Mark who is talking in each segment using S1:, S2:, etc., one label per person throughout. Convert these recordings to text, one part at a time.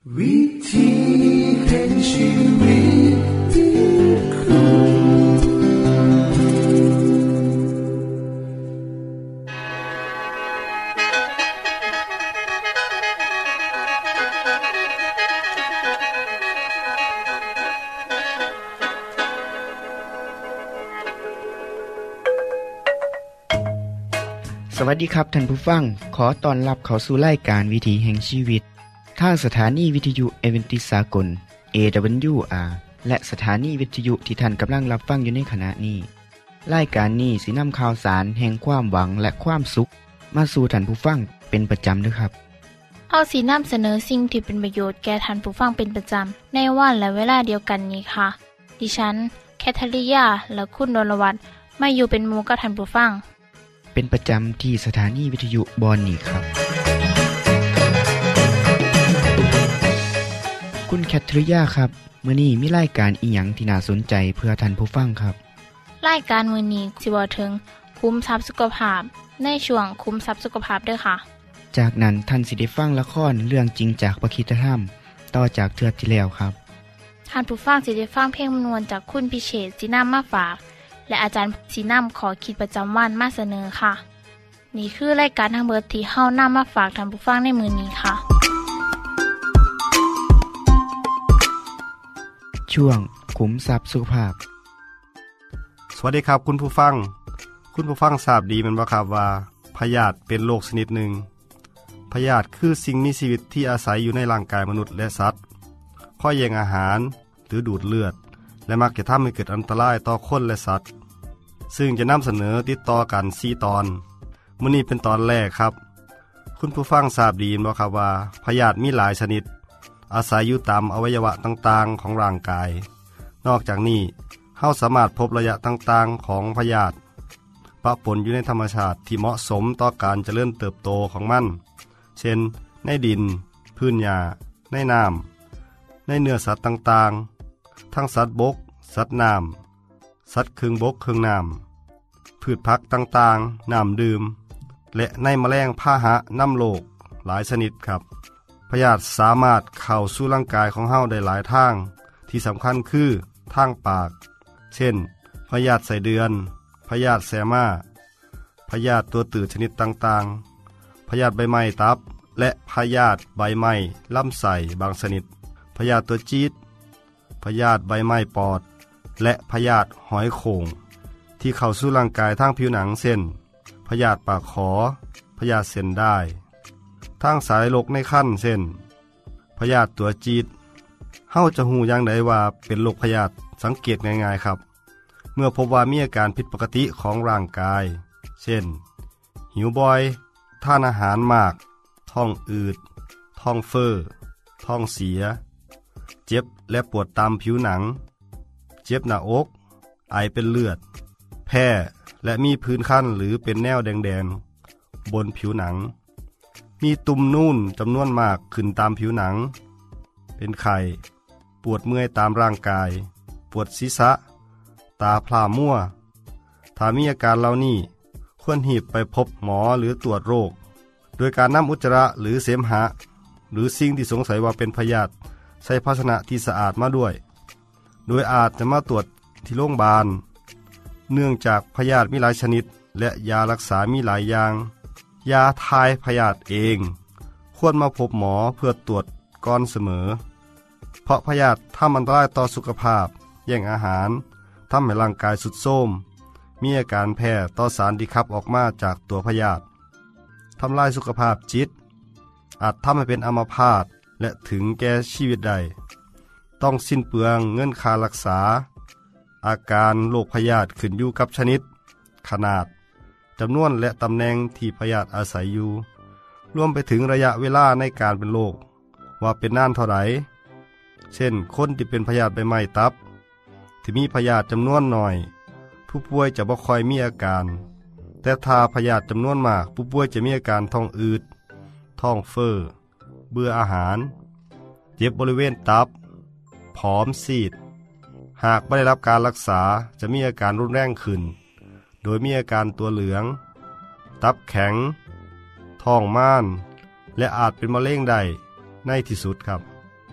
S1: วิธีแห่งชีวิตที่คุณ
S2: สวัสดีครับท่านผู้ฟังขอต้อนรับเข้าสู่รายการวิถีแห่งชีวิตทางสถานีวิทยุเอเวนติสากล AWR และสถานีวิทยุที่ท่านกำลังรับฟังอยู่ในขณะนี้รายการนี้สินำข่าวสารแห่งความหวังและความสุขมาสู่ท่านผู้ฟังเป็นประจำด้วยครับ
S3: เอาสีนำเสนอสิ่งที่เป็นประโยชน์แก่ท่านผู้ฟังเป็นประจำในวันและเวลาเดียวกันนี้ค่ะดิฉันแคทริยาและคุณดลวัฒน์มาอยู่เป็นหมู่กับท่านผู้ฟัง
S2: เป็นประจำที่สถานีวิทยุบอนนี่ครับคุณแคทริยาครับมื้อนี้มีรายการอีหยังที่น่าสนใจเพื่อท่านผู้ฟังครับ
S3: รายการมื้อนี้สิเว้าถึงคุ้มทรัพย์สุขภาพในช่วงคุ้มทรัพย์สุขภาพด้วยค่ะ
S2: จากนั้นท่านสิได้ฟังละครเรื่องจริงจากพระคริสตธรรมต่อจากเทื่อที่แล้วครับ
S3: ท่านผู้ฟังสิได้ฟังเพลงมนวนจากคุณพิเชษฐ์สินำมาฝากและอาจารย์สีนำขอคิดประจำวันมาเสนอค่ะนี่คือรายการทั้งเบิดที่เฮานำมาฝากท่านผู้ฟังในมื้อนี้ค่ะ
S2: ช่วงขุมทรัพย์สุขภาพ
S4: สวัสดีครับคุณผู้ฟังทราบดีแม่นบ่ครับว่าพยาธิเป็นโรคชนิดหนึ่งพยาธิคือสิ่งมีชีวิตที่อาศัยอยู่ในร่างกายมนุษย์และสัตว์ข้อแย่งอาหารหรือดูดเลือดและมักจะทำให้เกิดอันตรายต่อคนและสัตว์ซึ่งจะนำเสนอติดต่อกัน4 ตอนมื้อนี้เป็นตอนแรกครับคุณผู้ฟังทราบดีบ่ครับว่าพยาธิมีหลายชนิดอาศัยอยู่ตามอวัยวะต่างๆของร่างกายนอกจากนี้เฮาสามารถพบระยะต่างๆของพยาธิปะปนอยู่ในธรรมชาติที่เหมาะสมต่อการเจริญเติบโตของมันเช่นในดินพื้นหญ้าในน้ำในเนื้อสัตว์ต่างๆทั้งสัตว์บกสัตว์น้ำสัตว์ครึ่งบกครึ่งน้ำพืชผักต่างๆน้ำดื่มและในแมลงพาหะนำโรคหลายชนิดครับพยาธิสามารถเข้าสู่ร่างกายของเฮาได้หลายทางที่สำคัญคือทางปากเช่นพยาธิไส้เดือนพยาธิแซม่าพยาธิตัวตืดชนิดต่างๆพยาธิใบไม้ตับและพยาธิใบไม้ลำไส้บางชนิดพยาธิตัวจี๊ดพยาธิใบไม้ปอดและพยาธิหอยโข่งที่เข้าสู่ร่างกายทางผิวหนังเช่นพยาธิปากขอพยาธิเส้นได้ทางสายโรคในครรภ์เช่นพยาธิตัวจี๊ดเฮาจะหูอย่างใดว่าเป็นโรคพยาธิสังเกตง่ายๆครับเมื่อพบว่ามีอาการผิดปกติของร่างกายเช่นหิวบ่อยทานอาหารมากท้องอืดท้องเฟ้อท้องเสียเจ็บและปวดตามผิวหนังเจ็บหน้าอกไอเป็นเลือดแพ้และมีพื้นคันหรือเป็นแนวแดงๆบนผิวหนังมีตุ่มนูนจำนวนมากขึ้นตามผิวหนังเป็นไข้ปวดเมื่อยตามร่างกายปวดศีรษะตาพร่ามัวถ้ามีอาการเหล่านี้ควรรีบไปพบหมอหรือตรวจโรคโดยการนำอุจจาระหรือเสมหะหรือสิ่งที่สงสัยว่าเป็นพยาธิใส่ภาชนะที่สะอาดมาด้วยโดยอาจจะมาตรวจที่โรงพยาบาลเนื่องจากพยาธิมีหลายชนิดและยารักษามีหลายอย่างยาทายพยาธิเองควรมาพบหมอเพื่อตรวจก่อนเสมอเพราะพยาธิทำอันตรายต่อสุขภาพแย่งอาหารทำให้ร่างกายสุดโทรมมีอาการแพ้ต่อสารที่ขับออกมาจากตัวพยาธิทำลายสุขภาพจิตอาจทำให้เป็นอัมพาตและถึงแก่ชีวิตได้ต้องสิ้นเปลืองเงินค่ารักษาอาการโรคพยาธิขึ้นอยู่กับชนิดขนาดจำนวนและตำแหน่งที่พยาธิอาศัยอยู่รวมไปถึงระยะเวลาในการเป็นโรคว่าเป็นนานเท่าไหร่เช่นคนที่เป็นพยาธิใบไม้ตับที่มีพยาธิจำนวนน้อยผู้ป่วยจะบ่ค่อยมีอาการแต่ถ้าพยาธิจำนวนมากผู้ป่วยจะมีอาการท้องอืดท้องเฟ้อเบื่ออาหารเจ็บบริเวณตับผอมซีดหากไม่ได้รับการรักษาจะมีอาการรุนแรงขึ้นโดยมีอาการตัวเหลืองตับแข็งท้องม่านและอาจเป็นมะเร็งได้ในที่สุดครับ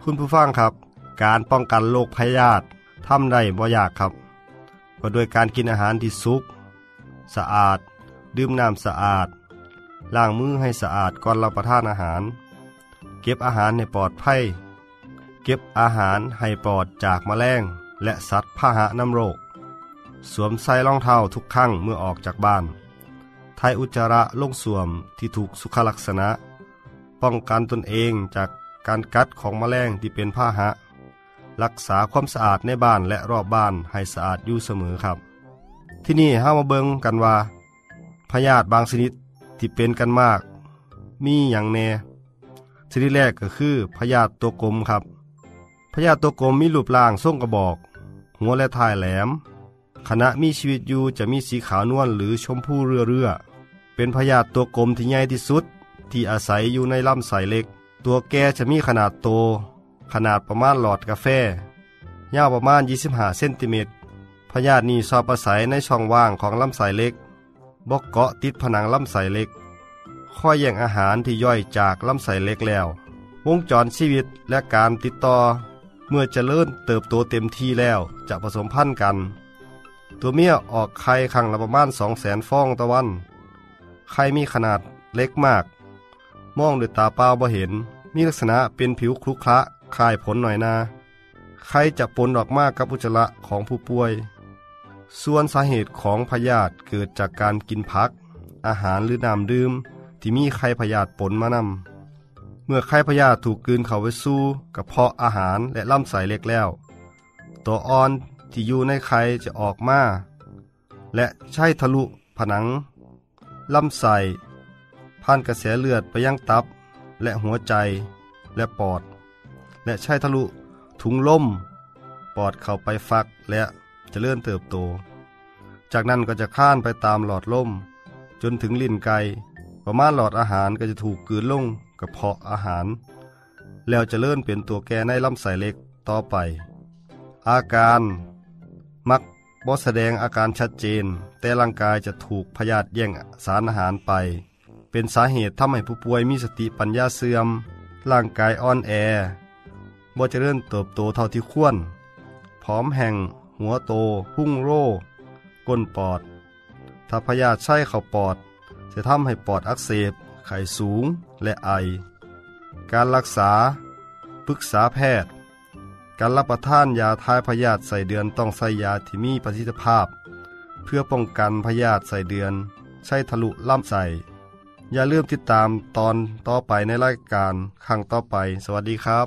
S4: คุณผู้ฟังครับการป้องกันโรคพยาธิทำได้บ่ยากครับก็โดยการกินอาหารที่สุกสะอาดดื่มน้ำสะอาดล้างมือให้สะอาดก่อนรับประทานอาหารเก็บอาหารให้ปลอดภัยเก็บอาหารให้ปลอดจากแมลงและสัตว์พาหะนำโรคสวมใส่รองเท้าทุกครั้งเมื่อออกจากบ้านถ่ายอุจจาระลงส้วมที่ถูกสุขลักษณะป้องกันตนเองจากการกัดของแมลงที่เป็นพาหะรักษาความสะอาดในบ้านและรอบบ้านให้สะอาดอยู่เสมอครับที่นี่เฮามาเบิ่งกันว่าพยาธิบางชนิดที่เป็นกันมากมีอย่างแน่ชนิดแรกก็คือพยาธิตัวกลมครับพยาธิตัวกลมมีรูปร่างทรงกระบอกหัวและท้ายแหลมขณะมีชีวิตอยู่จะมีสีขาวนวลหรือชมพูเรื่อๆเป็นพยาธิตัวกลมที่ใหญ่ที่สุดที่อาศัยอยู่ในลำไส้เล็กตัวแก่จะมีขนาดโตขนาดประมาณหลอดกาแฟยาวประมาณ25เซนติเมตรพยาธินี้ชอบอาศัยในช่องว่างของลำไส้เล็กบกเกาะติดผนังลำไส้เล็กค่อยแย่งอาหารที่ย่อยจากลำไส้เล็กแล้ววงจรชีวิตและการติดต่อเมื่อเจริญเติบโตเต็มที่แล้วจะผสมพันธุ์กันตัวเมียออกไข่ครั้งละประมาณ 200,000 ฟองต่อวันไข่มีขนาดเล็กมากมองด้วยตาเปล่าบ่เห็นมีลักษณะเป็นผิวครุขระคล้ายผลหน่อยนาไข่จะปนออกมากับอุจจาระของผู้ป่วยส่วนสาเหตุของพยาธิเกิดจากการกินผักอาหารหรือน้ำดื่มที่มีไข่พยาธิปนมานำเมื่อไข่พยาธิถูกกลืนเข้าไปสู่กระเพาะอาหารและลำไส้เล็กแล้วตัวอ่อนที่อยู่ในไข่จะออกมาและใช้ทะลุผนังลำไส้ผ่านกระแสเลือดไปยังตับและหัวใจและปอดและใช้ทะลุถุงลมปอดเข้าไปฟักและเจริญเติบโตจากนั้นก็จะข้านไปตามหลอดลมจนถึงลิ้นไก่ประมาณหลอดอาหารก็จะถูกกลืนลงกระเพาะอาหารแล้วเจริญเป็นตัวแก่ในลำไส้เล็กต่อไปอาการมักบ่แสดงอาการชัดเจนแต่ร่างกายจะถูกพยาธิแย่งสารอาหารไปเป็นสาเหตุทำให้ผู้ป่วยมีสติปัญญาเสื่อมร่างกายอ่อนแอบ่เจริญเติบโตเท่าที่ควรผอมแห้งหัวโตพุ่งโรก้นปอดถ้าพยาธิใช้เข้าปอดจะทำให้ปอดอักเสบไข้สูงและไอการรักษาปรึกษาแพทย์การรับประทานยาทายพยาธิใส่เดือนต้องใช้ยาที่มีประสิทธิภาพเพื่อป้องกันพยาธิใส่เดือนใช้ทะลุลำไส้อย่าลืมติดตามตอนต่อไปในรายการครั้งต่อไปสวัสดีครับ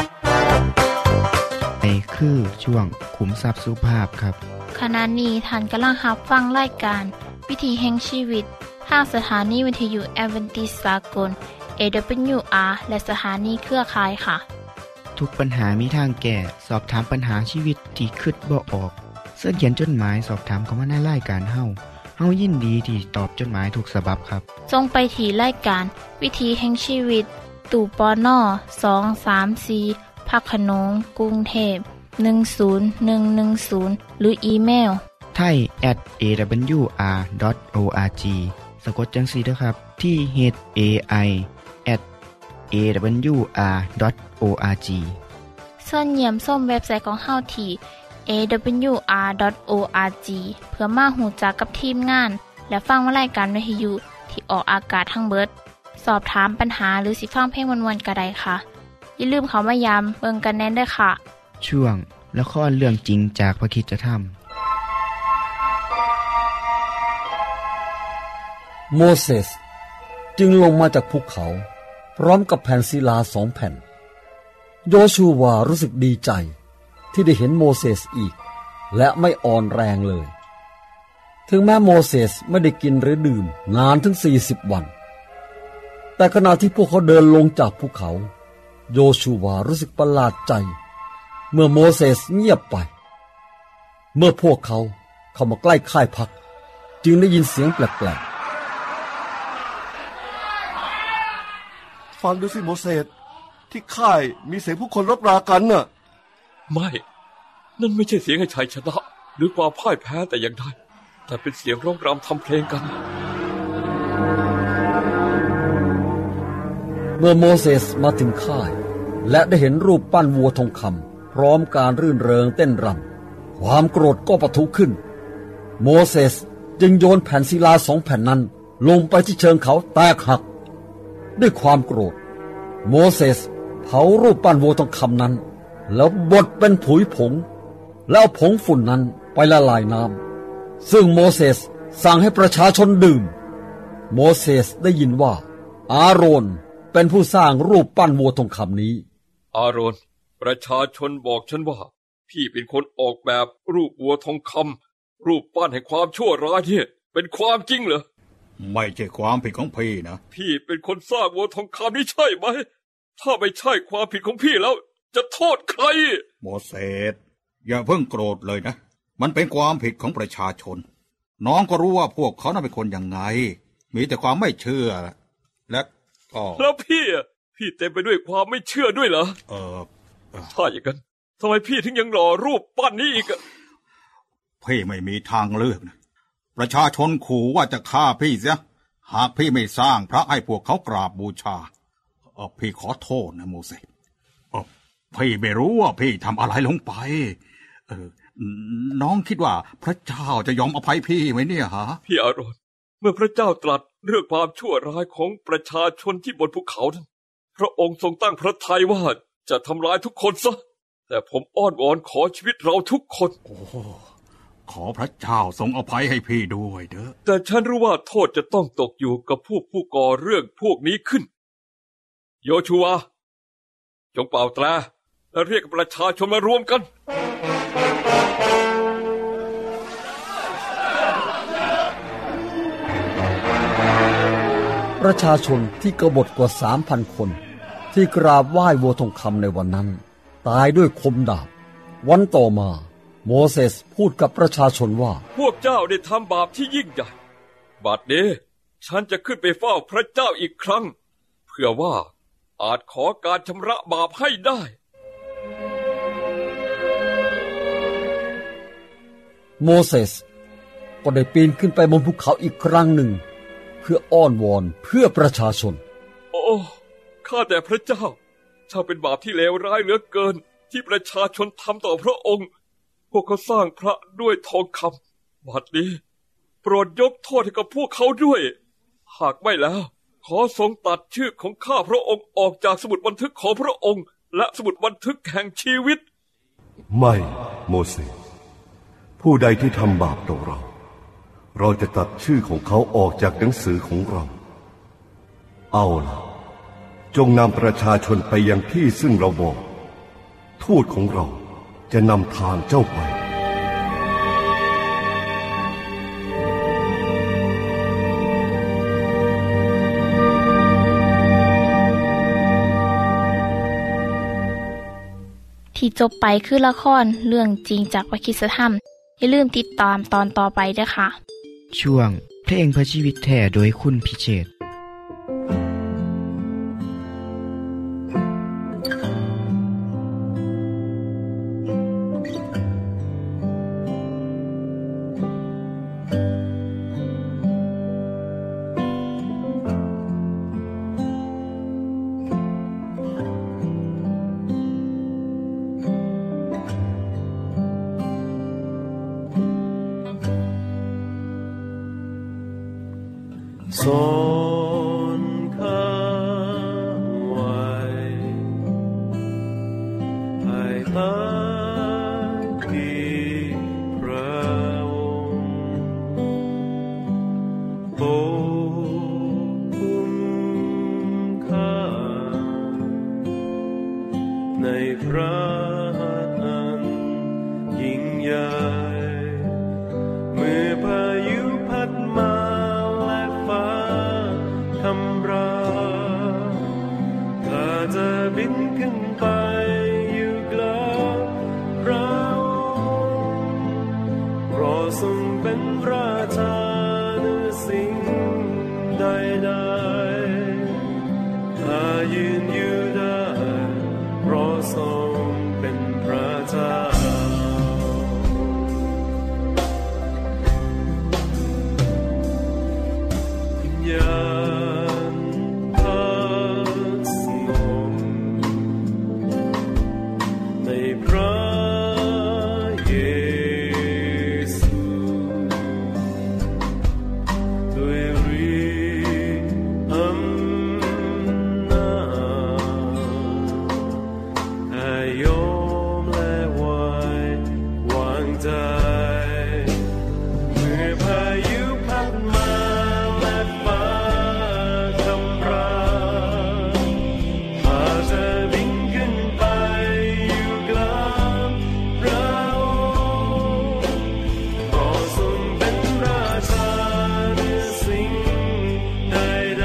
S2: นี่คือช่วงขุมทรัพย์สุภาพครับ
S3: ขณะนี้ท่านกำลังรับฟังรายการวิถีแห่งชีวิตทางสถานีวิทยุแอดเวนทิสต์สากล AWR และสถานีเครือข่ายค่ะ
S2: ทุกปัญหามีทางแก้สอบถามปัญหาชีวิตที่คิดบ่ออกเสื้อเขียนจดหมายสอบถามเข้ามาในรายการเฮายินดีที่ตอบจดหมายถูกฉบับครับ
S3: ส่งไปที่รายการวิถีแห่งชีวิตตู้ปน234พักขนงกรุงเทพ10110หรืออีเมล
S2: thai@awr.org สะกดจังซี่เด้อครับที่ hai@awr.org
S3: ส่วนเยี่ยมส้มเว็บไซต์ของเฮาที่ awr.org เพื่อมาหูจักกับทีมงานและฟังรายการวิทยุที่ออกอากาศทั้งเบิดสอบถามปัญหาหรือสิฟังเพลงม่วนๆก็ได้ค่ะอย่าลืมเข้ามายามเบิ่งกันแน่นด้วยค่ะ
S2: ช่วงละครเรื่องจริงจากพระคริสตธรรม
S5: โมเสสจึงลงมาจากภูเขาพร้อมกับแผ่นศิลา2 แผ่นโยชูวารู้สึกดีใจที่ได้เห็นโมเสสอีกและไม่อ่อนแรงเลยถึงแม้โมเสสไม่ได้กินหรือดื่มนานถึง40 วันแต่ขณะที่พวกเขาเดินลงจากภูเขาโยชูวารู้สึกประหลาดใจเมื่อโมเสสเงียบไปเมื่อพวกเขาเข้ามาใกล้ค่ายพักจึงได้ยินเสียงแปลก
S6: ๆฟังดูสิโมเสสที่ค่ายมีเสียงผู้คนรบรากันน่ะ
S7: ไม่นั่นไม่ใช่เสียงให้ชัยชนะหรือความพ่ายแพ้แต่อย่างใดแต่เป็นเสียงร้องรำทำเพลงกัน
S5: เมื่อโมเสสมาถึงค่ายและได้เห็นรูปปั้นวัวทองคำพร้อมการรื่นเริงเต้นรำความโกรธก็ปะทุขึ้นโมเสสจึงโยนแผ่นศิลา2 แผ่นนั้นลงไปที่เชิงเขาแตกหักด้วยความโกรธโมเสสเผารูปปั้นวัวทองคำนั้นแล้วบดเป็นผุยผงแล้วเอาผงฝุ่นนั้นไปละลายน้ำซึ่งโมเสสสั่งให้ประชาชนดื่มโมเสสได้ยินว่าอาโรนเป็นผู้สร้างรูปปั้นวัวทองคำนี้
S7: อาโรนประชาชนบอกฉันว่าพี่เป็นคนออกแบบรูปวัวทองคำรูปปั้นแห่งความชั่วร้ายเนี่ยเป็นความจริงเหรอ
S8: ไม่ใช่ความผิดของพี่นะ
S7: พี่เป็นคนสร้างวัวทองคำนี่ใช่ไหมถ้าไม่ใช่ความผิดของพี่แล้วจะโทษใคร
S8: โมเสสอย่าเพิ่งโกรธเลยนะมันเป็นความผิดของประชาชนน้องก็รู้ว่าพวกเขาน่ะเป็นคนยังไงมีแต่ความไม่เชื่อและก็
S7: แล้วพี่เต็มไปด้วยความไม่เชื่อด้วยเหรอถ้าอย่างนั้นทำไมพี่ถึงยังหล่อรูปปั้นนี้อีก
S8: พี่ไม่มีทางเลือกนะประชาชนขู่ว่าจะฆ่าพี่เสียหากพี่ไม่สร้างพระให้พวกเขากราบบูชาพี่ขอโทษนะโมเสสพี่ไม่รู้ว่าพี่ทำอะไรลงไปน้องคิดว่าพระเจ้าจะยอมอภัยพี่ไหมเนี่ยฮะ
S7: พี่อาโรนเมื่อพระเจ้าตรัสเรื่องความชั่วร้ายของประชาชนที่บนภูเขานั้นพระองค์ทรงตั้งพระทัยว่าจะทำร้ายทุกคนซะแต่ผมอ้อนวอนขอชีวิตเราทุกคน
S8: ขอพระเจ้าทรงอภัยให้พี่ด้วยเด้อ
S7: แต่ฉันรู้ว่าโทษจะต้องตกอยู่กับผู้ก่อเรื่องพวกนี้ขึ้นโยชูวาจงเป่าแตรและเรียกประชาชนมารวมกัน
S5: ประชาชนที่กบฏกว่า 3,000 คนที่กราบไหว้วัวทองคำในวันนั้นตายด้วยคมดาบวันต่อมาโมเสสพูดกับประชาชนว่า
S7: พวกเจ้าได้ทำบาปที่ยิ่งใหญ่บัดนี้ฉันจะขึ้นไปเฝ้าพระเจ้าอีกครั้งเพื่อว่าอาจขอการชำระบาปให้ได้
S5: โมเสสก็ได้ปีนขึ้นไปบนภูเขาอีกครั้งหนึ่งเพื่ออ้อนวอนเพื่อประชาชน
S7: โอ้ข้าแต่พระเจ้าช่างเป็นบาปที่เลวร้ายเหลือเกินที่ประชาชนทำต่อพระองค์พวกเขาสร้างพระด้วยทองคำบัดนี้โปรดยกโทษให้กับพวกเขาด้วยหากไม่แล้วขอทรงตัดชื่อของข้าพระองค์ออกจากสมุดบันทึกของพระองค์และสมุดบันทึกแห่งชีวิต
S6: ไม่โมเสสผู้ใดที่ทำบาปต่อเราจะตัดชื่อของเขาออกจากหนังสือของเราเอาล่ะจงนำประชาชนไปยังที่ซึ่งเราบอกทูตของเราจะนำทางเจ้าไป
S3: ที่จบไปคือละครเรื่องจริงจากวิคิสธรรมอย่าลืมติดตามตอนต่อไปด้วยค่ะ
S2: ช่วงเพลงพระชีวิตแท้โดยคุณพิเชษฐ์
S1: สอนข้าไว้ภายใต้ที่พระองค์ปกคุมข้าในพระหัตถ์อันยิ่งใหญ่เมื่อพายุพัดมาข้าจะบินขึ้นไปอยู่กลางพระองค์เพราะทรงเป็นราชาเหนือสิ่งใดๆข้ายืนอยู่ได้เพราะทรงเป็นพระเจ้าในพระเยซูด้วยฤทธิ์อำนาจให้ยอมและไว้วางใจเมื่อพายุพัดมาและฟ้าคำรามอาจจะบินขึ้นไปอยู่กลางเราขอทรงเป็นราชาเหนือสิ่งใด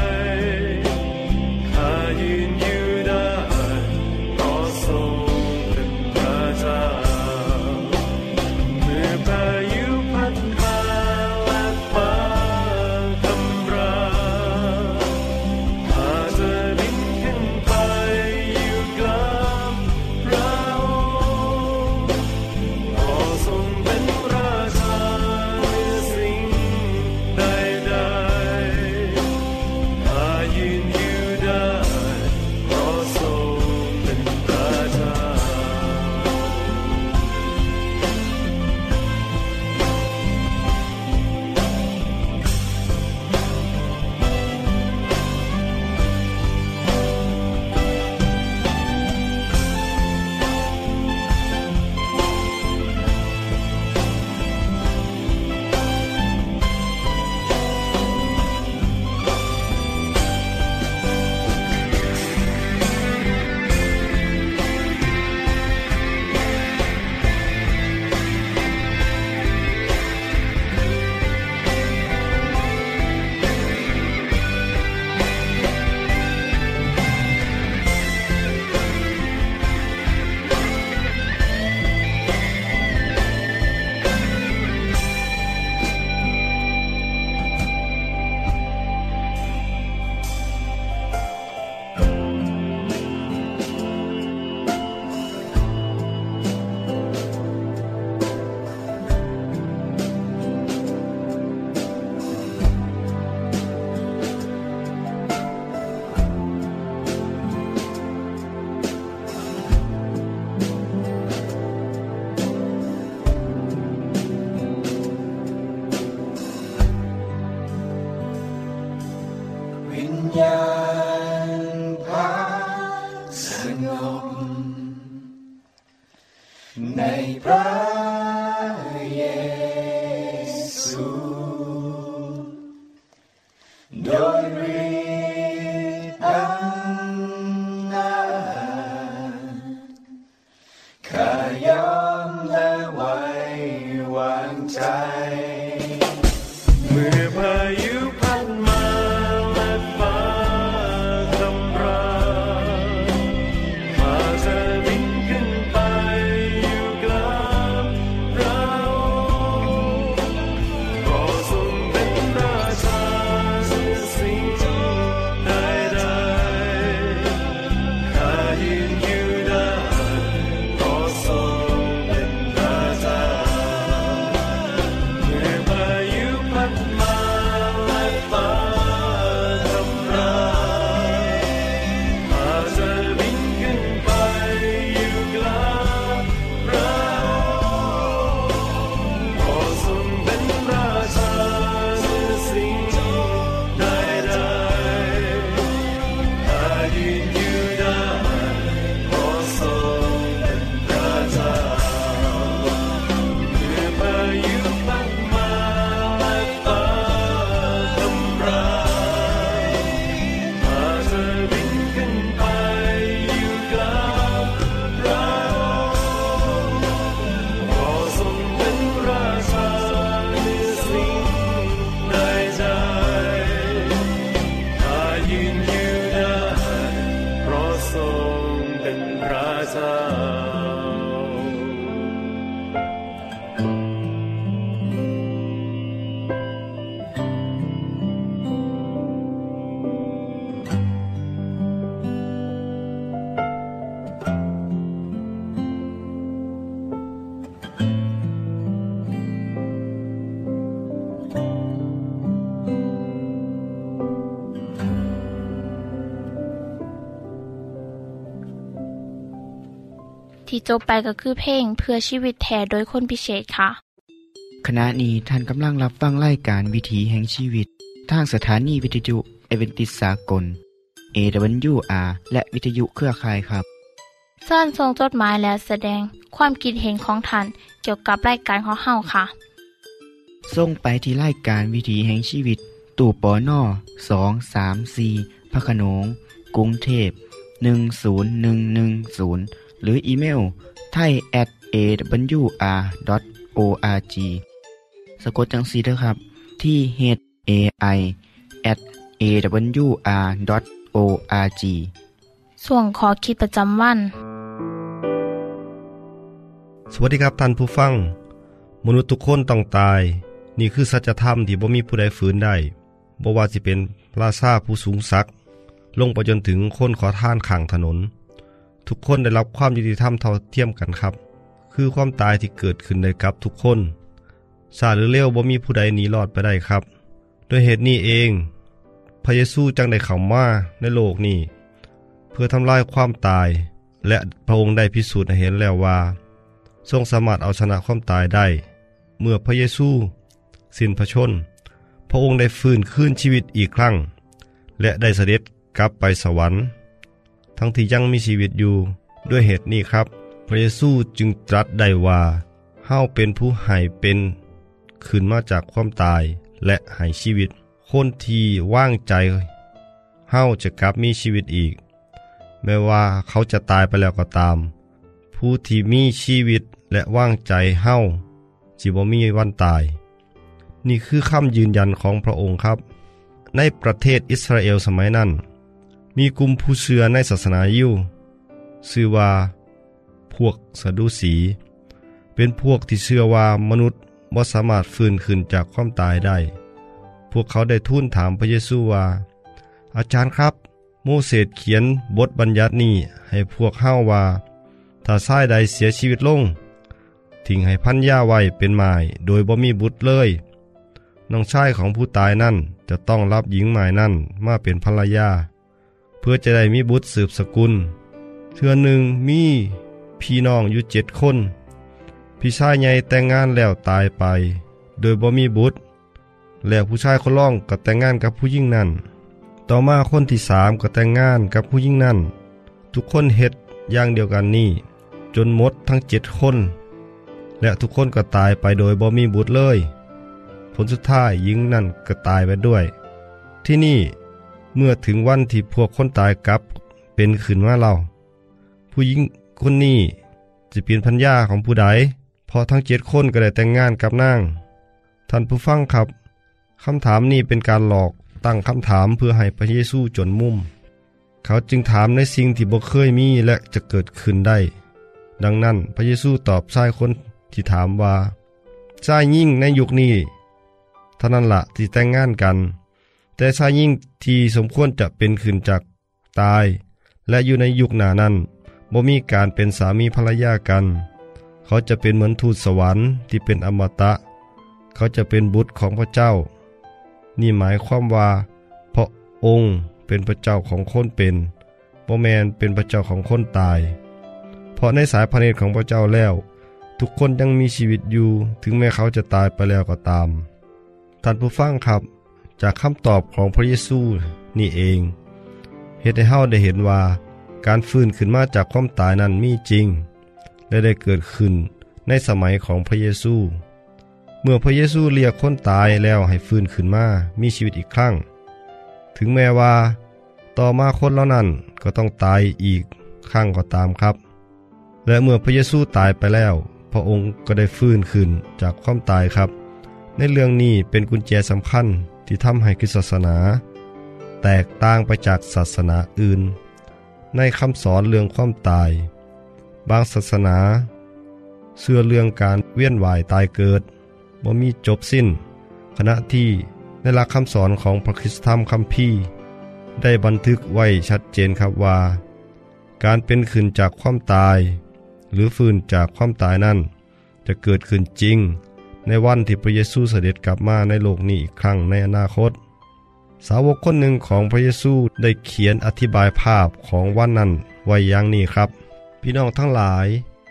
S1: ๆข้ายืนอยู่ได้ขอทรงเป็นราชาเมื่อพายุพัดมาและฟ้าคำรามอาจจะบินขึ้นไปอยู่กลางเราขอทรงเป็นราชาเหนือสิ่งใดๆข้ายืนอยู่ได้ขอทรงเป็นราชาวิญญาณพักสงบในพระเยซูโดยฤทธิ์อำนาจข้ายอมและไว้วางใจเมื่อพายุพัดมาและฟ้าคำรามอาจจะบินขึ้นไปอยู่กลางเราขอทรงเป็นราชาเหนือสิ่งใดๆข้ายืนอยู่ได้ขอทรงเป็นราชาเมื่อพายุพัดมาและฟ้าคำรามอาจจะบินขึ้นไปอยู่กลางเราขอทรงเป็นราชาเหนือสิ่งใดๆข้ายืนอยู่ได้ขอทรงเป็นราชาเมื่อพายุพัดมาและฟ้าคำรามอาจจะบินขึ้นไปอยู่กลางเราขอทรงเป็นราชาเหนือสิ่งใดๆข้ายืนอยู่ได้เพราะทรงเป็นราชา
S3: ทที่จบไปก็คือเพลงเพื่อชีวิตแท้โดยคนพิเศษค่ะ
S2: ขณะนี้ท่านกำลังรับฟังรายการวิถีแห่งชีวิตทางสถานีวิทยุเอเวนติสากล AWR และวิทยุเครือข่ายครับ
S3: เชิญส่งจดหมายและแสดงความคิดเห็นของท่านเกี่ยวกับรายการของเฮาค่ะ
S2: ส่งไปที่รายการวิถีแห่งชีวิตตู้ปน234พระโขนงกรุงเทพ10110หรืออีเมล thai@awr.org สะกดจังซี่เด้อครับที่ hai@awr.org
S3: ส่วนขอคิดประจำวัน
S4: สวัสดีครับท่านผู้ฟังมนุษย์ทุกคนต้องตายนี่คือสัจธรรมที่บ่มีผู้ใดฝืนได้บ่ว่าสิเป็นพระราชาผู้สูงศักดิ์ลงไปจนถึงคนขอทานข้างถนนทุกคนได้รับความยุติธรรมเท่าเทียมกันครับคือความตายที่เกิดขึ้นได้กับทุกคนช้าหรือเร็วบ่มีผู้ใดหนีรอดไปได้ครับด้วยเหตุนี้เองพระเยซูจึงได้เข้ามาในโลกนี้เพื่อทำลายความตายและพระองค์ได้พิสูจน์ให้เห็นแล้วว่าทรงสามารถเอาชนะความตายได้เมื่อพระเยซูสิ้นพระชนม์พระองค์ได้ฟื้นคืนชีวิตอีกครั้งและได้เสด็จกลับไปสวรรค์ทั้งที่ยังมีชีวิตอยู่ด้วยเหตุนี้ครับพระเยซูจึงตรัสได้ว่าเฮาเป็นผู้ให้เป็นขึ้นมาจากความตายและให้ชีวิตคนที่ว่างใจเฮาจะกลับมีชีวิตอีกแม้ว่าเขาจะตายไปแล้วก็ตามผู้ที่มีชีวิตและว่างใจเฮาสิบ่มีวันตายนี่คือคำยืนยันของพระองค์ครับในประเทศอิสราเอลสมัยนั้นมีกลุ่มผู้เชื่อในศาสนายิวชื่อว่าพวกซาดูสีเป็นพวกที่เชื่อว่ามนุษย์บ่สามารถฟื้นขึ้นจากความตายได้พวกเขาได้ทูลถามพระเยซูว่าอาจารย์ครับโมเสสเขียนบทบัญญัตินี้ให้พวกเฮาว่าถ้าชายใดเสียชีวิตลงทิ้งให้พันยาไว้เป็นหมายโดยบ่มีบุตรเลยน้องชายของผู้ตายนั่นจะต้องรับหญิงหมายนั่นมาเป็นภรรยาเพื่อจะได้มีบุตรสืบสกุลเทื่อหนึ่งมีพี่น้องอยู่7 คนพี่ชายใหญ่แต่งงานแล้วตายไปโดยบ่มีบุตรแล้วผู้ชายคนรองก็แต่งงานกับผู้หญิงนั่นต่อมาคนที่3ก็แต่งงานกับผู้หญิงนั่นทุกคนเฮ็ดอย่างเดียวกันนี่จนหมดทั้ง7 คนและทุกคนก็ตายไปโดยบ่มีบุตรเลยผลสุดท้ายหญิงนั่นก็ตายไปด้วยที่นี่เมื่อถึงวันที่พวกคนตายกลับเป็นขึ้นมาเล่าผู้หญิงคนนี้จะเป็นภรรยาของผู้ใดพอทั้ง7 คนก็ได้แต่งงานกับนางท่านผู้ฟังครับคำถามนี้เป็นการหลอกตั้งคำถามเพื่อให้พระเยซูจนมุมเขาจึงถามในสิ่งที่บ่เคยมีและจะเกิดขึ้นได้ดังนั้นพระเยซูตอบชายคนที่ถามว่าชายหญิงในยุคนี้เท่านั้นละที่แต่งงานกันแต่ชายหญิงที่สมควรจะเป็นขึ้นจากตายและอยู่ในยุคหน้านั้นบ่มีการเป็นสามีภรรยากันเขาจะเป็นเหมือนทูตสวรรค์ที่เป็นอมตะเขาจะเป็นบุตรของพระเจ้านี่หมายความว่าพระองค์เป็นพระเจ้าของคนเป็นบ่แม่นเป็นพระเจ้าของคนตายเพราะในสายพระเนตรของพระเจ้าแล้วทุกคนยังมีชีวิตอยู่ถึงแม้เขาจะตายไปแล้วก็ตามท่านผู้ฟังครับจากคำตอบของพระเยซูนี่เองเฮ็ดให้เฮาได้เห็นว่าการฟื้นขึ้นมาจากความตายนั้นมีจริงและได้เกิดขึ้นในสมัยของพระเยซูเมื่อพระเยซูเรียกคนตายแล้วให้ฟื้นขึ้นมามีชีวิตอีกครั้งถึงแม้ว่าต่อมาคนเหล่านั้นก็ต้องตายอีกครั้งก็ตามครับและเมื่อพระเยซูตายไปแล้วพระองค์ก็ได้ฟื้นขึ้นจากความตายครับในเรื่องนี้เป็นกุญแจสำคัญที่ทำให้คริสตศาสนาแตกต่างไปจากศาสนาอื่นในคำสอนเรื่องความตายบางศาสนาเชื่อเรื่องการเวียนว่ายตายเกิดบ่มีจบสิ้นขณะที่ในหลักคำสอนของพระคริสตธรรมคัมภีร์ได้บันทึกไว้ชัดเจนครับว่าการเป็นขึ้นจากความตายหรือฟื้นจากความตายนั้นจะเกิดขึ้นจริงในวันที่พระเยซูเสด็จกลับมาในโลกนี้อีกครั้งในอนาคตสาวกคนหนึ่งของพระเยซูได้เขียนอธิบายภาพของวันนั้นไว้อย่างนี้ครับพี่น้องทั้งหลาย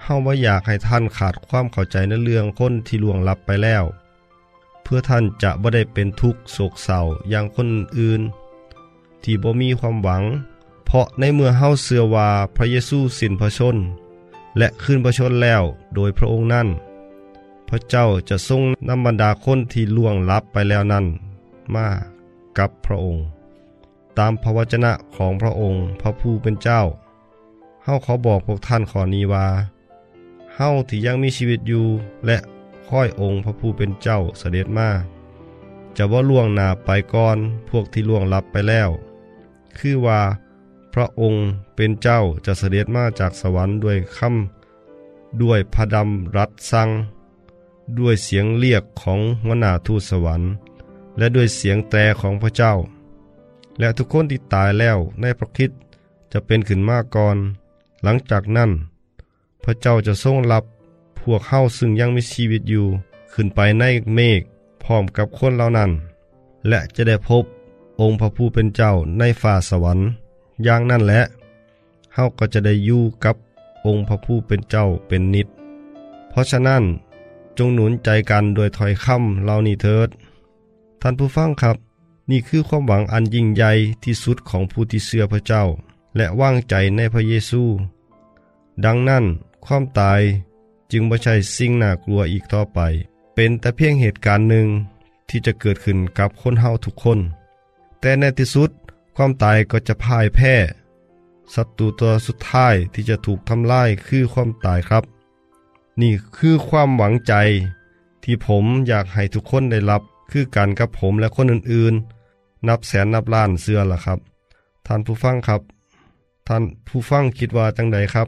S4: เฮาบ่อยากให้ท่านขาดความเข้าใจในเรื่องคนที่ล่วงลับไปแล้วเพื่อท่านจะบ่ได้เป็นทุกข์โศกเศร้าอย่างคนอื่นที่บ่มีความหวังเพราะในเมื่อเฮาเชื่อว่าพระเยซูสิ้นพระชนและขึ้นพระชนแล้วโดยพระองค์นั้นพระเจ้าจะทรงนำบรรดาคนที่ล่วงลับไปแล้วนั้นมากับพระองค์ตามพระวจนะของพระองค์พระผู้เป็นเจ้าเฮาขอบอกพวกท่านข้อนี้ว่าเฮาที่ยังมีชีวิตอยู่และค่อยองค์พระผู้เป็นเจ้าเสด็จมาจะบ่ล่วงหน้าไปก่อนพวกที่ล่วงลับไปแล้วคือว่าพระองค์เป็นเจ้าจะเสด็จมาจากสวรรค์ด้วยด้วยพระดำรัสสั่งด้วยเสียงเรียกของหัวหน้าทูตสวรรค์และด้วยเสียงแตรของพระเจ้าและทุกคนที่ตายแล้วในพระคริสต์จะเป็นขึ้นมาก่อนหลังจากนั้นพระเจ้าจะทรงรับพวกเฮาซึ่งยังมีชีวิตอยู่ขึ้นไปในเมฆพร้อมกับคนเหล่านั้นและจะได้พบองค์พระผู้เป็นเจ้าในฟ้าสวรรค์อย่างนั้นแหละเฮาก็จะได้อยู่กับองค์พระผู้เป็นเจ้าเป็นนิจเพราะฉะนั้นจงหนุนใจกันโดยถ้อยคำเหล่านี้เถิดท่านผู้ฟังครับนี่คือความหวังอันยิ่งใหญ่ที่สุดของผู้ที่เชื่อพระเจ้าและวางใจในพระเยซูดังนั้นความตายจึงไม่ใช่สิ่งน่ากลัวอีกต่อไปเป็นแต่เพียงเหตุการณ์หนึ่งที่จะเกิดขึ้นกับคนเฮาทุกคนแต่ในที่สุดความตายก็จะพ่ายแพ้ศัตรูตัวสุดท้ายที่จะถูกทำลายคือความตายครับนี่คือความหวังใจที่ผมอยากให้ทุกคนได้รับคือกันกับผมและคนอื่นๆนับแสนนับล้านเชื่อล่ะครับท่านผู้ฟังครับท่านผู้ฟังคิดว่าจังใดครับ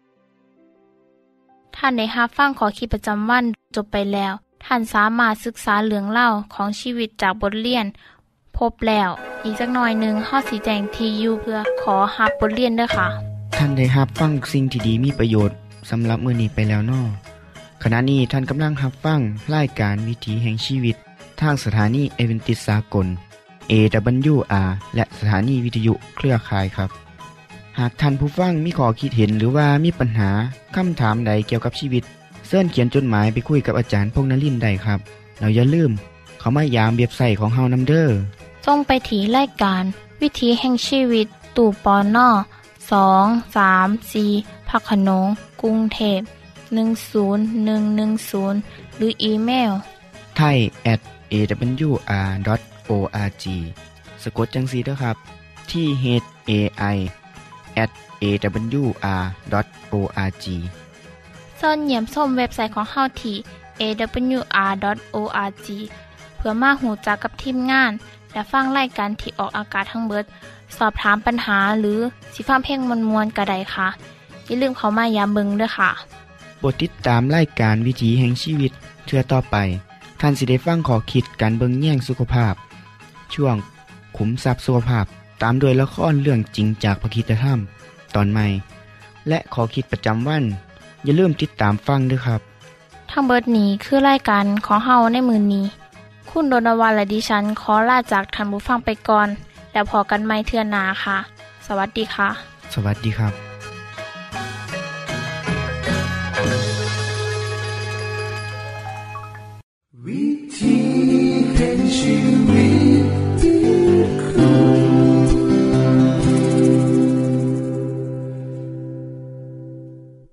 S3: ท่านได้รับฟังขอคิดประจำวันจบไปแล้วท่านสามารถศึกษาเรื่องเล่าของชีวิตจากบทเรียนพบแล้วอีกสักหน่อยหนึ่งข้อสีแจงทียูเพื่อขอรับบทเรียนด้วยค่ะ
S2: ท่านได้รับฟังสิ่งที่ดีมีประโยชน์สำหรับมื้อนี้ไปแล้วน้อขณะนี้ท่านกำลังรับฟังรายการวิถีแห่งชีวิตทางสถานีเอเวนติสากล AWR และสถานีวิทยุเครือข่ายครับหากท่านผู้ฟังมีข้อคิดเห็นหรือว่ามีปัญหาคำถามใดเกี่ยวกับชีวิตเชิญเขียนจดหมายไปคุยกับอาจารย์พงษ์นฤมย์ได้ครับแล้วอย่าลืมเข้ามายามเว็บไซต์ของเฮานำเด้อ
S3: ส่งไปที่รายการวิถีแห่งชีวิตตู่ปน234พระโขนงกรุงเทพ10110หรืออีเมล
S2: thai@awr.org สะกดจังซี่เด้อครับที่ thai@awr.org
S3: ส่วนเยี่ยมชมเว็บไซต์ของเฮาที่ awr.org เพื่อมาหูจักกับทีมงานและฟังรายการที่ออกอากาศทั้งเบิดสอบถามปัญหาหรือสิฟังเพลงมวลๆก็ได้ค่ะอย่าลืมเข้ามายามเบิ่งด้วยค่ะ
S2: โปรดติดตามรายการวิถีแห่งชีวิตเทื่อต่อไปท่านสิได้ฟังขอคิดการเบิ่งแย่งสุขภาพช่วงขุมทรัพย์สุขภาพตามโดยละครเรื่องจริงจากพระคริสตธรรมตอนใหม่และขอคิดประจำวันอย่าลืมติดตามฟังด้วยครับ
S3: ทั้งเบิดนี้คือรายการของเฮาในมื้อนี้คุณโดนวันและดิฉันขอลาจากท่านผู้ฟังไปก่อนแล้วพอกันใหม่เทื่อหน้าค่ะสวัสดีค่ะ
S2: สวัสดีครับ